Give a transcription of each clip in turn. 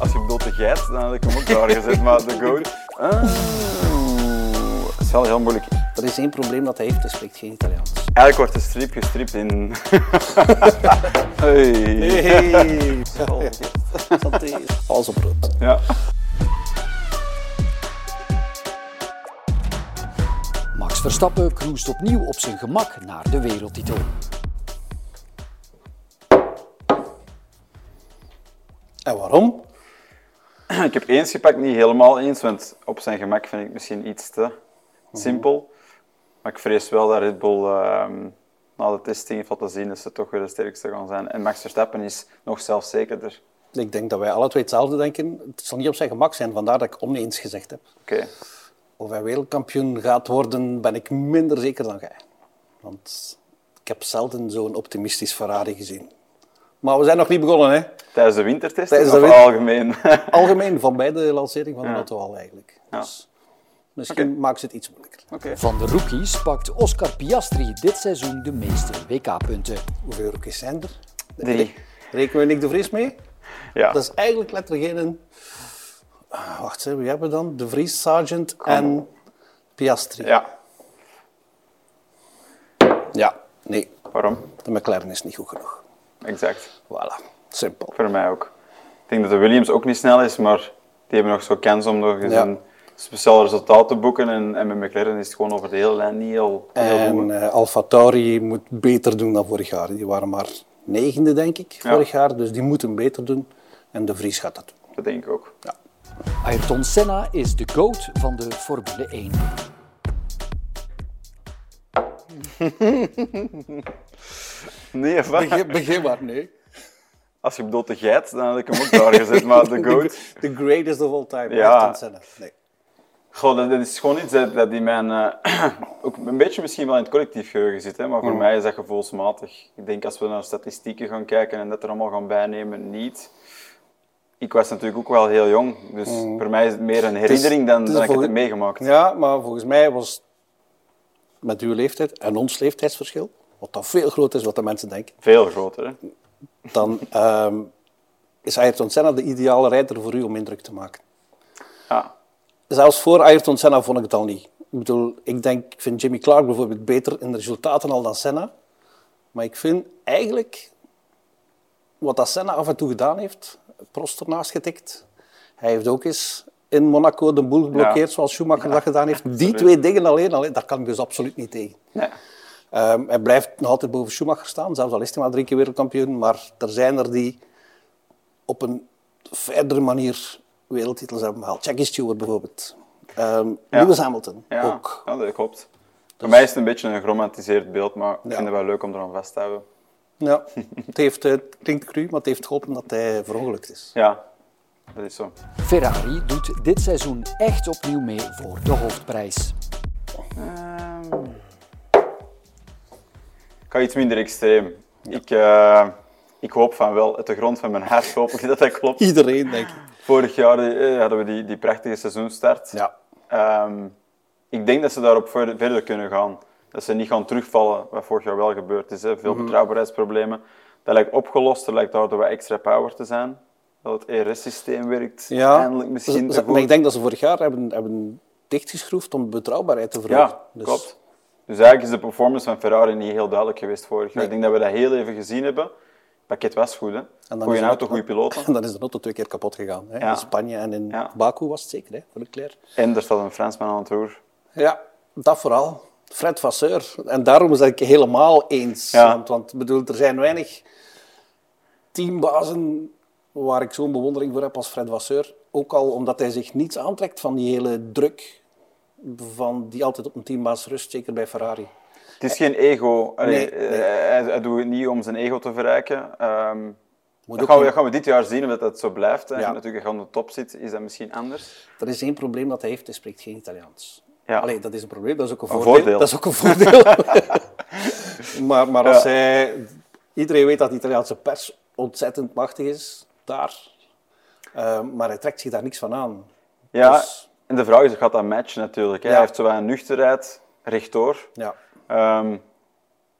Als je bedoelt de geit, dan had ik hem ook daar gezet, maar de goat... Dat is wel heel moeilijk. Er is één probleem dat hij heeft, hij spreekt geen Italiaans. Eigenlijk wordt de strip gestript in... Hey. Santé. Alles op rood. Ja. Max Verstappen cruist opnieuw op zijn gemak naar de wereldtitel. En waarom? Ik heb eens gepakt, niet helemaal eens, want op zijn gemak vind ik misschien iets te simpel. Maar ik vrees wel dat Red Bull na de testing heeft laten zien dat ze toch weer de sterkste gaan zijn. En Max Verstappen is nog zelfzekerder. Ik denk dat wij alle twee hetzelfde denken. Het zal niet op zijn gemak zijn, vandaar dat ik oneens gezegd heb. Oké. Of hij wereldkampioen gaat worden, ben ik minder zeker dan jij. Want ik heb zelden zo'n optimistisch Ferrari gezien. Maar we zijn nog niet begonnen, hè? Tijdens de wintertest Tijdens of de algemeen? Algemeen, van bij de lancering van de auto al eigenlijk. Ja. Dus misschien maakt ze het iets moeilijker. Oké. Van de rookies pakt Oscar Piastri dit seizoen de meeste WK-punten. Hoeveel rookies zijn er? 3. Rekenen we Nick de Vries mee? Ja. Dat is eigenlijk letterlijk geen... Wacht, wie hebben we dan? De Vries, Sargent en Piastri. Ja. Ja, nee. Waarom? De McLaren is niet goed genoeg. Exact. Voilà, simpel. Voor mij ook. Ik denk dat de Williams ook niet snel is, maar die hebben nog zo kans om nog eens een speciaal resultaat te boeken. En met McLaren is het gewoon over de hele lijn niet heel goed. En AlphaTauri moet beter doen dan vorig jaar. Die waren maar 9e, denk ik, vorig jaar. Dus die moeten beter doen. En de Vries gaat dat doen. Dat denk ik ook. Ja. Ayrton Senna is de GOAT van de Formule 1. Nee, of wat? Begin maar, nee. Als je bedoelt de geit, dan had ik hem ook daar gezet, maar de goat... The greatest of all time, Ja. Ayrton Senna. Nee. Goh, dat is gewoon iets dat in mijn... ook een beetje misschien wel in het collectief geheugen zit, hè, maar voor mij is dat gevoelsmatig. Ik denk als we naar statistieken gaan kijken en dat er allemaal gaan bijnemen, niet. Ik was natuurlijk ook wel heel jong, dus voor mij is het meer een herinnering dan ik het heb meegemaakt. Ja, maar volgens mij was met uw leeftijd en ons leeftijdsverschil, wat dan veel groter is wat de mensen denken, Veel groter, hè? dan is Ayrton Senna de ideale rijder voor u om indruk te maken. Ja. Zelfs voor Ayrton Senna vond ik het al niet. Ik bedoel, ik vind Jimmy Clark bijvoorbeeld beter in de resultaten al dan Senna. Maar ik vind eigenlijk wat dat Senna af en toe gedaan heeft, Prost ernaast getikt. Hij heeft ook eens in Monaco de boel geblokkeerd zoals Schumacher dat gedaan heeft. Die twee dingen alleen, daar kan ik dus absoluut niet tegen. Nee. Hij blijft nog altijd boven Schumacher staan, zelfs al is hij maar 3 keer wereldkampioen. Maar er zijn er die op een verdere manier wereldtitels hebben gehaald. Jackie Stewart bijvoorbeeld. Lewis Hamilton ook. Ja, dat klopt. Voor mij is het een beetje een geromantiseerd beeld, maar ik vind het wel leuk om eraan vast te houden. Ja, het klinkt cru, maar het heeft geholpen dat hij verongelukt is. Ja, dat is zo. Ferrari doet dit seizoen echt opnieuw mee voor de hoofdprijs. Ik ga iets minder extreem. Ik hoop van wel, uit de grond van mijn hart hoop ik dat dat klopt. Iedereen, denk ik. Vorig jaar hadden we die prachtige seizoenstart. Ja. Ik denk dat ze daarop verder kunnen gaan. Dat ze niet gaan terugvallen, wat vorig jaar wel gebeurd is. Hè. Veel betrouwbaarheidsproblemen. Dat lijkt opgelost, er lijkt daardoor wat extra power te zijn. Dat het ERS-systeem werkt, eindelijk misschien te goed. Maar ik denk dat ze vorig jaar hebben dichtgeschroefd om betrouwbaarheid te verhogen. Ja, klopt. Dus eigenlijk is de performance van Ferrari niet heel duidelijk geweest vorig jaar. Nee. Ik denk dat we dat heel even gezien hebben. Het pakket was goed, hè. Goeie auto, goede piloten. En dan is de auto 2 keer kapot gegaan. Hè. In Spanje en in Baku was het zeker, hè, voor Leclerc. En er staat een Fransman aan het roer. Ja, dat vooral. Fred Vasseur. En daarom is ik helemaal eens. Ja. Want bedoel, er zijn weinig teambazen waar ik zo'n bewondering voor heb als Fred Vasseur. Ook al omdat hij zich niets aantrekt van die hele druk die altijd op een teambaas rust, zeker bij Ferrari. Het is geen ego. Nee. Hij doet het niet om zijn ego te verrijken. Dat gaan we dit jaar zien, of dat zo blijft. Als je natuurlijk aan de top zit, is dat misschien anders. Er is één probleem dat hij heeft, hij spreekt geen Italiaans. Ja. Allee, dat is een probleem, dat is ook een voordeel. Dat is ook een voordeel. maar als iedereen weet dat de Italiaanse pers ontzettend machtig is, daar. Maar hij trekt zich daar niks van aan. Ja, dus, en de vraag is, gaat dat matchen natuurlijk. Hè? Ja. Hij heeft zowel een nuchterheid rechtdoor. Ja.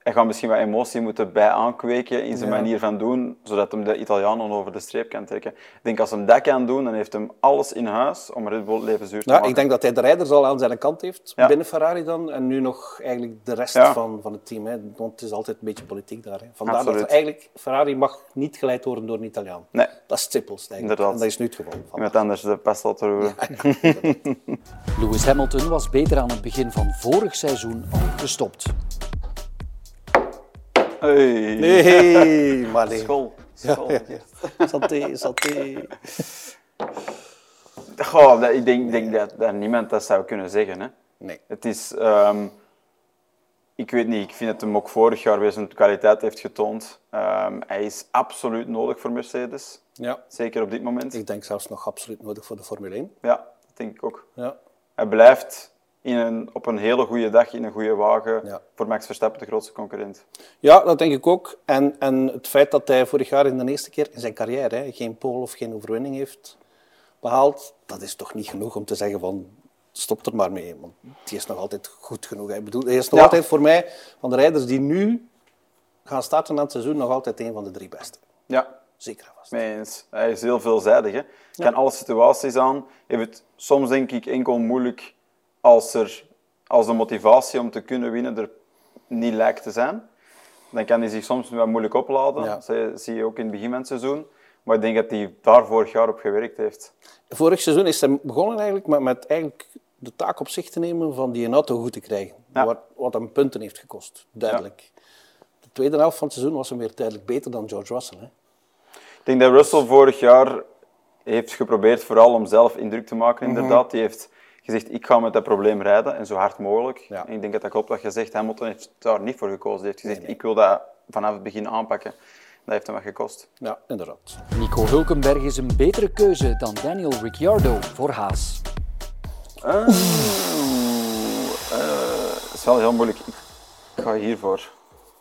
hij gaat misschien wat emotie moeten bij aankweken in zijn manier van doen, zodat hij de Italianen over de streep kan trekken. Ik denk als hij dat kan doen, dan heeft hij alles in huis om Red Bull leven zuur te maken. Ik denk dat hij de rijders al aan zijn kant heeft, binnen Ferrari dan, en nu nog eigenlijk de rest van het team. Hè. Want het is altijd een beetje politiek daar. Hè. Vandaar dat eigenlijk Ferrari mag niet geleid worden door een Italiaan. Nee. Dat is het simpelste eigenlijk. Inderdaad. En dat is nu het geval. Iemand anders de pest laten roeren. Lewis Hamilton was beter aan het begin van vorig seizoen al gestopt. Hey. Nee, maar nee. School. Santé. Goh, ik denk dat niemand dat zou kunnen zeggen. Hè. Nee. Het is... ik weet niet, ik vind dat hem ook vorig jaar weer zijn kwaliteit heeft getoond. Hij is absoluut nodig voor Mercedes. Ja. Zeker op dit moment. Ik denk zelfs nog absoluut nodig voor de Formule 1. Ja, dat denk ik ook. Ja. Hij blijft op een hele goede dag in een goede wagen voor Max Verstappen de grootste concurrent. Ja, dat denk ik ook. En het feit dat hij vorig jaar in de eerste keer in zijn carrière geen pole of geen overwinning heeft behaald, dat is toch niet genoeg om te zeggen van stop er maar mee. Want die is nog altijd goed genoeg. Ik bedoel, hij is nog altijd voor mij van de rijders die nu gaan starten aan het seizoen nog altijd een van de 3 beste. Ja. Zeker en vast. Mee eens. Hij is heel veelzijdig. Hè. Kan alle situaties aan. Heeft het soms denk ik enkel moeilijk als de motivatie om te kunnen winnen er niet lijkt te zijn. Dan kan hij zich soms wat moeilijk opladen. Ja. Dat zie je ook in het begin van het seizoen. Maar ik denk dat hij daar vorig jaar op gewerkt heeft. Vorig seizoen is hij begonnen eigenlijk met eigenlijk de taak op zich te nemen van die auto goed te krijgen. Ja. Wat hem punten heeft gekost, duidelijk. Ja. De tweede helft van het seizoen was hem weer duidelijk beter dan George Russell. Hè? Ik denk dat Russell vorig jaar heeft geprobeerd vooral om zelf indruk te maken, inderdaad. Die heeft gezegd, ik ga met dat probleem rijden en zo hard mogelijk. Ja. En ik denk dat dat klopt wat je zegt. Hamilton heeft daar niet voor gekozen. Hij heeft gezegd, ik wil dat vanaf het begin aanpakken. Dat heeft hem wat gekost. Ja, inderdaad. Nico Hülkenberg is een betere keuze dan Daniel Ricciardo voor Haas. Dat is wel heel moeilijk. Ik ga hiervoor.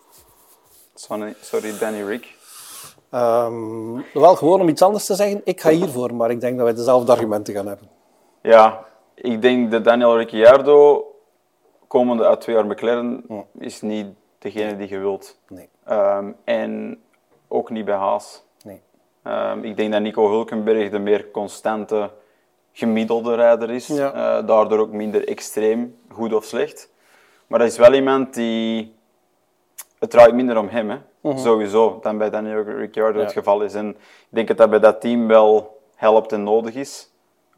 Sorry, Danny Rick. Wel, gewoon om iets anders te zeggen, ik ga hiervoor, maar ik denk dat wij dezelfde argumenten gaan hebben. Ja, ik denk dat Daniel Ricciardo, komende uit 2 jaar McLaren, is niet degene die je wilt. Nee. En ook niet bij Haas. Nee. Ik denk dat Nico Hülkenberg de meer constante, gemiddelde rijder is. Ja. Daardoor ook minder extreem, goed of slecht. Maar dat is wel iemand die... Het draait minder om hem, hè. Sowieso, dan bij Daniel Ricciardo het geval is. En ik denk dat dat bij dat team wel helpt en nodig is.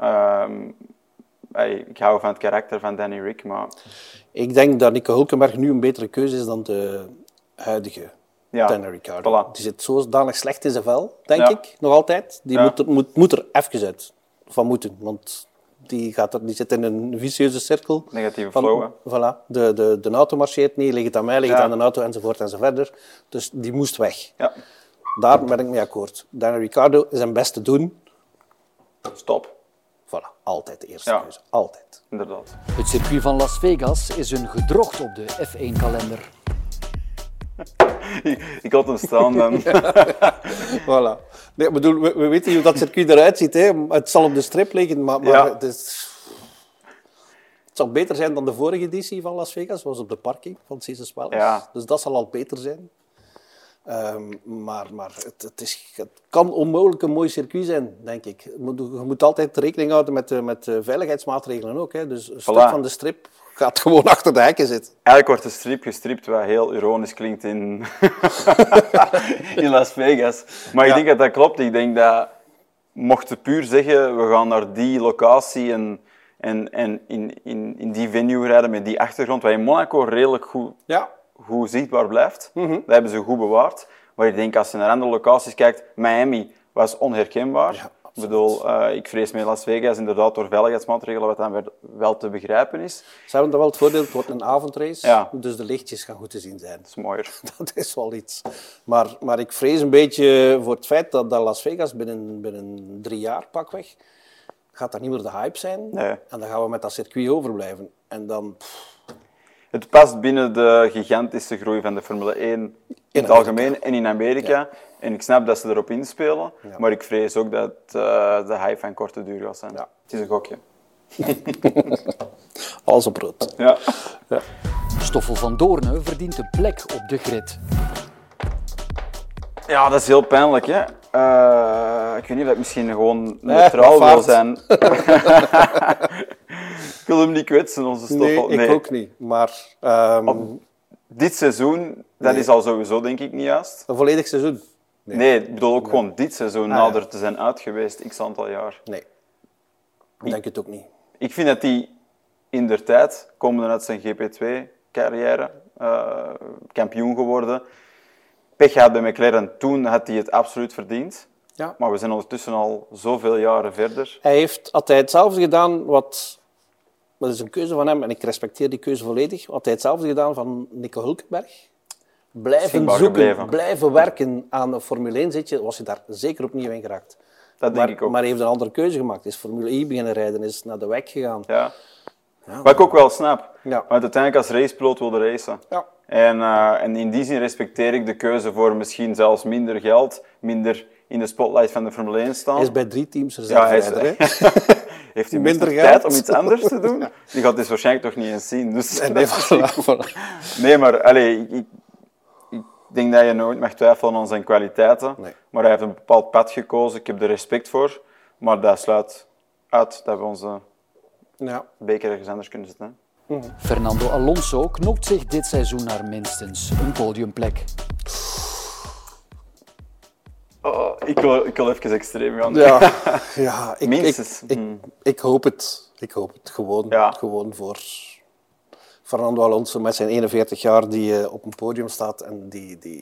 Ik hou van het karakter van Danny Rick, maar... Ik denk dat Nico Hülkenberg nu een betere keuze is dan de huidige Daniel Ricciardo. Voilà. Die zit zodanig slecht in zijn vel, denk ik, nog altijd. Die moet er even uit van moeten, want die zit in een vicieuze cirkel. Negatieve flow, hè. Voilà. De auto marcheert niet, ligt het aan mij, ligt het aan de auto, enzovoort enzoverder. Dus die moest weg. Ja. Daar ben ik mee akkoord. Daniel Ricciardo is zijn best te doen. Stop. Voilà, altijd de eerste keuze. Altijd. Inderdaad. Het circuit van Las Vegas is een gedrocht op de F1-kalender. Ik had hem staan dan. Voilà. Nee, ik bedoel, we weten hoe dat circuit eruit ziet. Hè. Het zal op de strip liggen, maar het zal beter zijn dan de vorige editie van Las Vegas. Dat was op de parking van Caesars Palace. Ja. Dus dat zal al beter zijn. Maar het kan onmogelijk een mooi circuit zijn, denk ik. Je moet altijd rekening houden met veiligheidsmaatregelen ook. Hè. Dus een stuk van de strip gaat gewoon achter de hekken zitten. Eigenlijk wordt de strip gestript, wat heel ironisch klinkt in, in Las Vegas. Maar ik denk dat dat klopt. Ik denk dat, mocht je puur zeggen, we gaan naar die locatie en in die venue rijden met die achtergrond, wat in Monaco redelijk goed zichtbaar blijft. Dat hebben ze goed bewaard. Maar ik denk, als je naar andere locaties kijkt, Miami was onherkenbaar. Ja, ik bedoel, ik vrees met Las Vegas inderdaad door veiligheidsmaatregelen, wat dan wel te begrijpen is. Ze hebben dan wel het voordeel, het wordt een avondrace, dus de lichtjes gaan goed te zien zijn. Dat is mooier. Dat is wel iets. Maar ik vrees een beetje voor het feit dat Las Vegas binnen 3 jaar, pakweg, gaat dat niet meer de hype zijn. Nee. En dan gaan we met dat circuit overblijven. En dan... Het past binnen de gigantische groei van de Formule 1 in het algemeen en in Amerika. Ja. En ik snap dat ze erop inspelen, maar ik vrees ook dat de hype van korte duur gaat zijn. Ja. Het is een gokje. Alles op rood. Ja. Stoffel van Doorne verdient een plek op de grid. Ja, dat is heel pijnlijk, hè. Ik weet niet of ik misschien gewoon neutraal wil zijn. Ik wil hem niet kwetsen, onze Stoffel. Nee, ik ook niet. Maar Dit seizoen, dat is al sowieso denk ik niet juist. een volledig seizoen? Nee, ik bedoel ook gewoon dit seizoen, nader te zijn uit geweest, x aantal jaar. Nee, ik denk het ook niet. Ik vind dat hij indertijd, komende uit zijn GP2-carrière, kampioen geworden. Pech gehad bij McLaren, toen had hij het absoluut verdiend. Ja. Maar we zijn ondertussen al zoveel jaren verder. Had hij hetzelfde gedaan wat... Dat is een keuze van hem en ik respecteer die keuze volledig. Had hij hetzelfde gedaan van Nico Hülkenberg? Blijven Schikbaar zoeken, gebleven. blijven werken aan een Formule 1 zitje, was hij daar zeker opnieuw in geraakt. Dat denk ik ook. Maar hij heeft een andere keuze gemaakt. Is Formule E beginnen rijden, is naar de WEC gegaan. Ja. Wat ik ook wel snap. Ja. Maar uiteindelijk als racepiloot wilde racen. Ja. En in die zin respecteer ik de keuze voor misschien zelfs minder geld, minder in de spotlight van de Formule 1 staan. Hij is bij 3 teams Ja, hij reserverijder. is, heeft hij Minder minder geld. tijd om iets anders te doen? Die gaat dus waarschijnlijk toch niet eens zien. Dus Nee, voilà. nee, maar allez, ik denk dat je nooit mag twijfelen aan zijn kwaliteiten. Nee. Maar hij heeft een bepaald pad gekozen. Ik heb er respect voor. Maar dat sluit uit dat we onze Ja. beker ergens anders kunnen zetten. Hè. Fernando Alonso knokt zich dit seizoen naar minstens een podiumplek. Oh, ik wil even extreem gaan. Ja, Minstens. ik hoop het. Ik hoop het. Gewoon voor Fernando Alonso met zijn 41 jaar die op een podium staat. En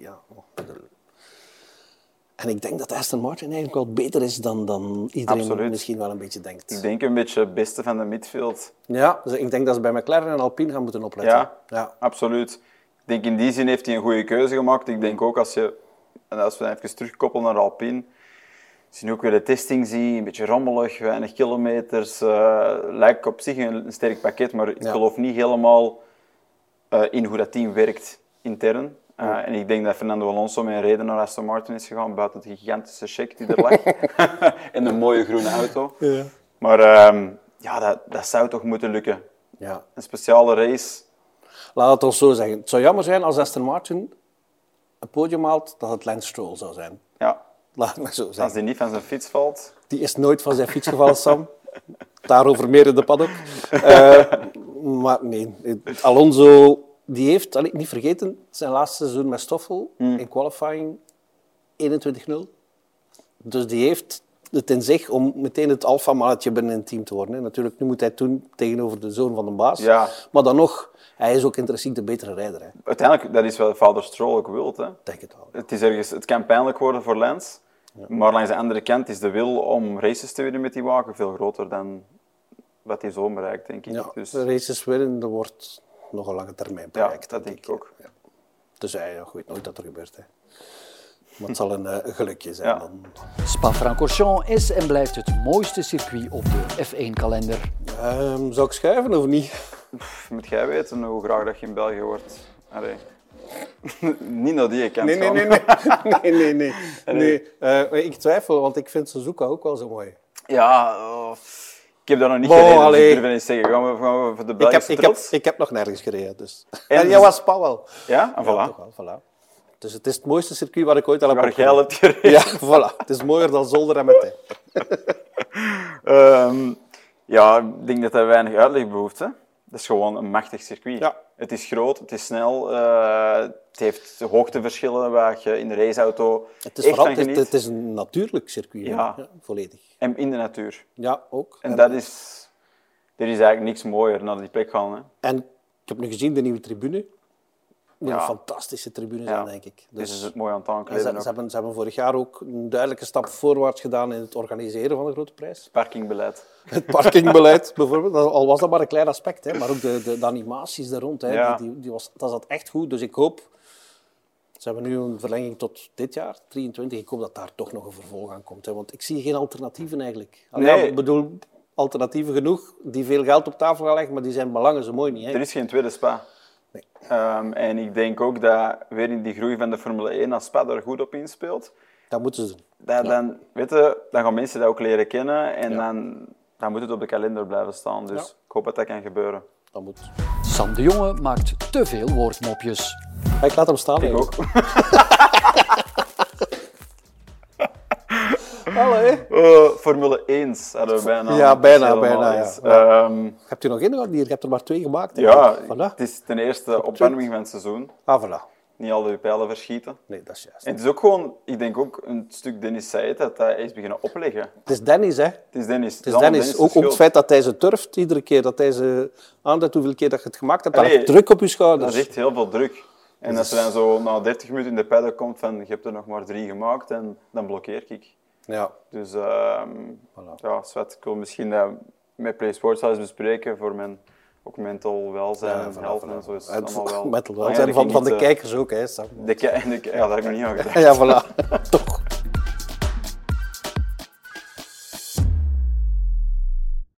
En ik denk dat Aston Martin eigenlijk wel beter is dan iedereen Absoluut. misschien wel een beetje denkt. Ik denk een beetje het beste van de midfield. Ja, dus ik denk dat ze bij McLaren en Alpine gaan moeten opletten. Ja, absoluut. Ik denk in die zin heeft hij een goede keuze gemaakt. Ik denk ook als we even terugkoppelen naar Alpine, als je nu ook weer de testing ziet, een beetje rommelig, weinig kilometers, lijkt op zich een sterk pakket, maar ik geloof niet helemaal in hoe dat team werkt intern. En ik denk dat Fernando Alonso met een reden naar Aston Martin is gegaan, buiten de gigantische check die er lag. En een mooie groene auto. Ja. Maar dat zou toch moeten lukken. Ja. Een speciale race. Laat het ons zo zeggen. Het zou jammer zijn als Aston Martin een podium haalt, dat het Lance Stroll zou zijn. Ja, Laat het maar zo als zeggen. hij niet van zijn fiets valt. Die is nooit van zijn fiets gevallen, Sam. Daarover meer in de paddock. Maar nee, Alonso, die heeft, niet vergeten, zijn laatste seizoen met Stoffel in qualifying 21-0. Dus die heeft het in zich om meteen het alfamannetje binnen een team te worden. Hè. Natuurlijk, nu moet hij doen tegenover de zoon van de baas. Ja. Maar dan nog, hij is ook intrinsiek de betere rijder. Hè. Uiteindelijk, dat is wel vader Stroll ook wilt. Hè. Denk het wel. Het kan pijnlijk worden voor Lance. Maar langs de andere kant is de wil om races te winnen met die wagen veel groter dan wat hij zo bereikt, denk ik. Ja, Dus, de races winnen, dat wordt nog een lange termijn bereikt. dat denk ik ook. Ja. Dus hij weet nooit dat er gebeurt. Hè. Maar het zal een gelukje zijn. Ja. Dan. Spa-Francorchamps is en blijft het mooiste circuit op de F1-kalender. Zou ik schuiven of niet? Moet jij weten hoe graag dat je in België wordt? Allee. Niet naar die kant gaan. Nee. Ik twijfel, want ik vind Suzuka ook wel zo mooi. Ja, ik heb daar nog niet gereden, dus ik durf niet zeggen. Gaan we voor de Belgische trots? Ik heb nog nergens gereden. Dus. En En jij was Spa wel. Ja, en Ja, voilà. toch wel, voilà. Dus het is het mooiste circuit waar ik ooit al heb Waar jij opgereden. hebt gereden. Ja, voilà. Het is mooier dan Zolder en Metten. Ja, ik denk dat hij weinig uitleg behoeft. Hè. Dat is gewoon een machtig circuit. Ja. Het is groot, het is snel, het heeft hoogteverschillen waar je in de raceauto Het is, echt vooral, van geniet. het is een natuurlijk circuit. hè. Ja. Ja, volledig. En in de natuur. Ja, ook. En er is eigenlijk niks mooier naar die plek gaan. Hè. En ik heb nu gezien de nieuwe tribune. Moet Ja. een fantastische tribune zijn, denk ik. Dus Dus is het mooi aan het en aankleden ook. ze hebben vorig jaar ook een duidelijke stap voorwaarts gedaan in het organiseren van de grote prijs. Parkingbeleid. Het parkingbeleid bijvoorbeeld, al was dat maar een klein aspect, hè, maar ook de animaties daar rond, hè, Ja. dat zat echt goed. Dus ik hoop, ze hebben nu een verlenging tot dit jaar, 23, ik hoop dat daar toch nog een vervolg aan komt. Hè, want ik zie geen alternatieven eigenlijk. Nee. Ja, ik bedoel, alternatieven genoeg die veel geld op tafel gaan leggen, maar die zijn belangen zo mooi niet. Hè. Er is geen tweede Spa. Nee. En ik denk ook dat weer in die groei van de Formule 1, als Spa daar goed op inspeelt, Dat moeten ze doen. dan gaan mensen dat ook leren kennen en dan moet het op de kalender blijven staan. Dus ik hoop dat dat kan gebeuren. Dat moet. Sam de Jonge maakt te veel woordmopjes. Ik laat hem staan. Ik ook. Allee. Formule 1 hadden we bijna. Ja, bijna, helemaal ja. eens. Heb je nog één gehad hier? Je hebt er maar 2 gemaakt. hè? Ja, Voilà. het is ten eerste opwarming van het seizoen. Ah, voilà. Niet al je pijlen verschieten. Nee, dat is juist. En het is ook gewoon, ik denk ook een stuk Dennis Saïd dat hij is beginnen opleggen. Het is Dennis, hè. Het is Dennis. Het is Dennis. Ook het feit dat hij ze durft, iedere keer dat hij ze aanduidt, hoeveel keer dat je het gemaakt hebt, dat Allee, heeft druk op je Dat schouders. is echt heel veel druk. En als je dan zo na 30 minuten in de paddock komt van je hebt er nog maar 3 gemaakt, en dan blokkeer ik. Ja. Dus Voilà. ja, Svet, ik wil misschien met Play Sports eens bespreken voor mijn ook mental welzijn en health en zo. Is allemaal wel Met welzijn van de kijkers ook, hè, Sam. ja, daar heb ik nog niet aan gedacht. Ja, voilà. Toch.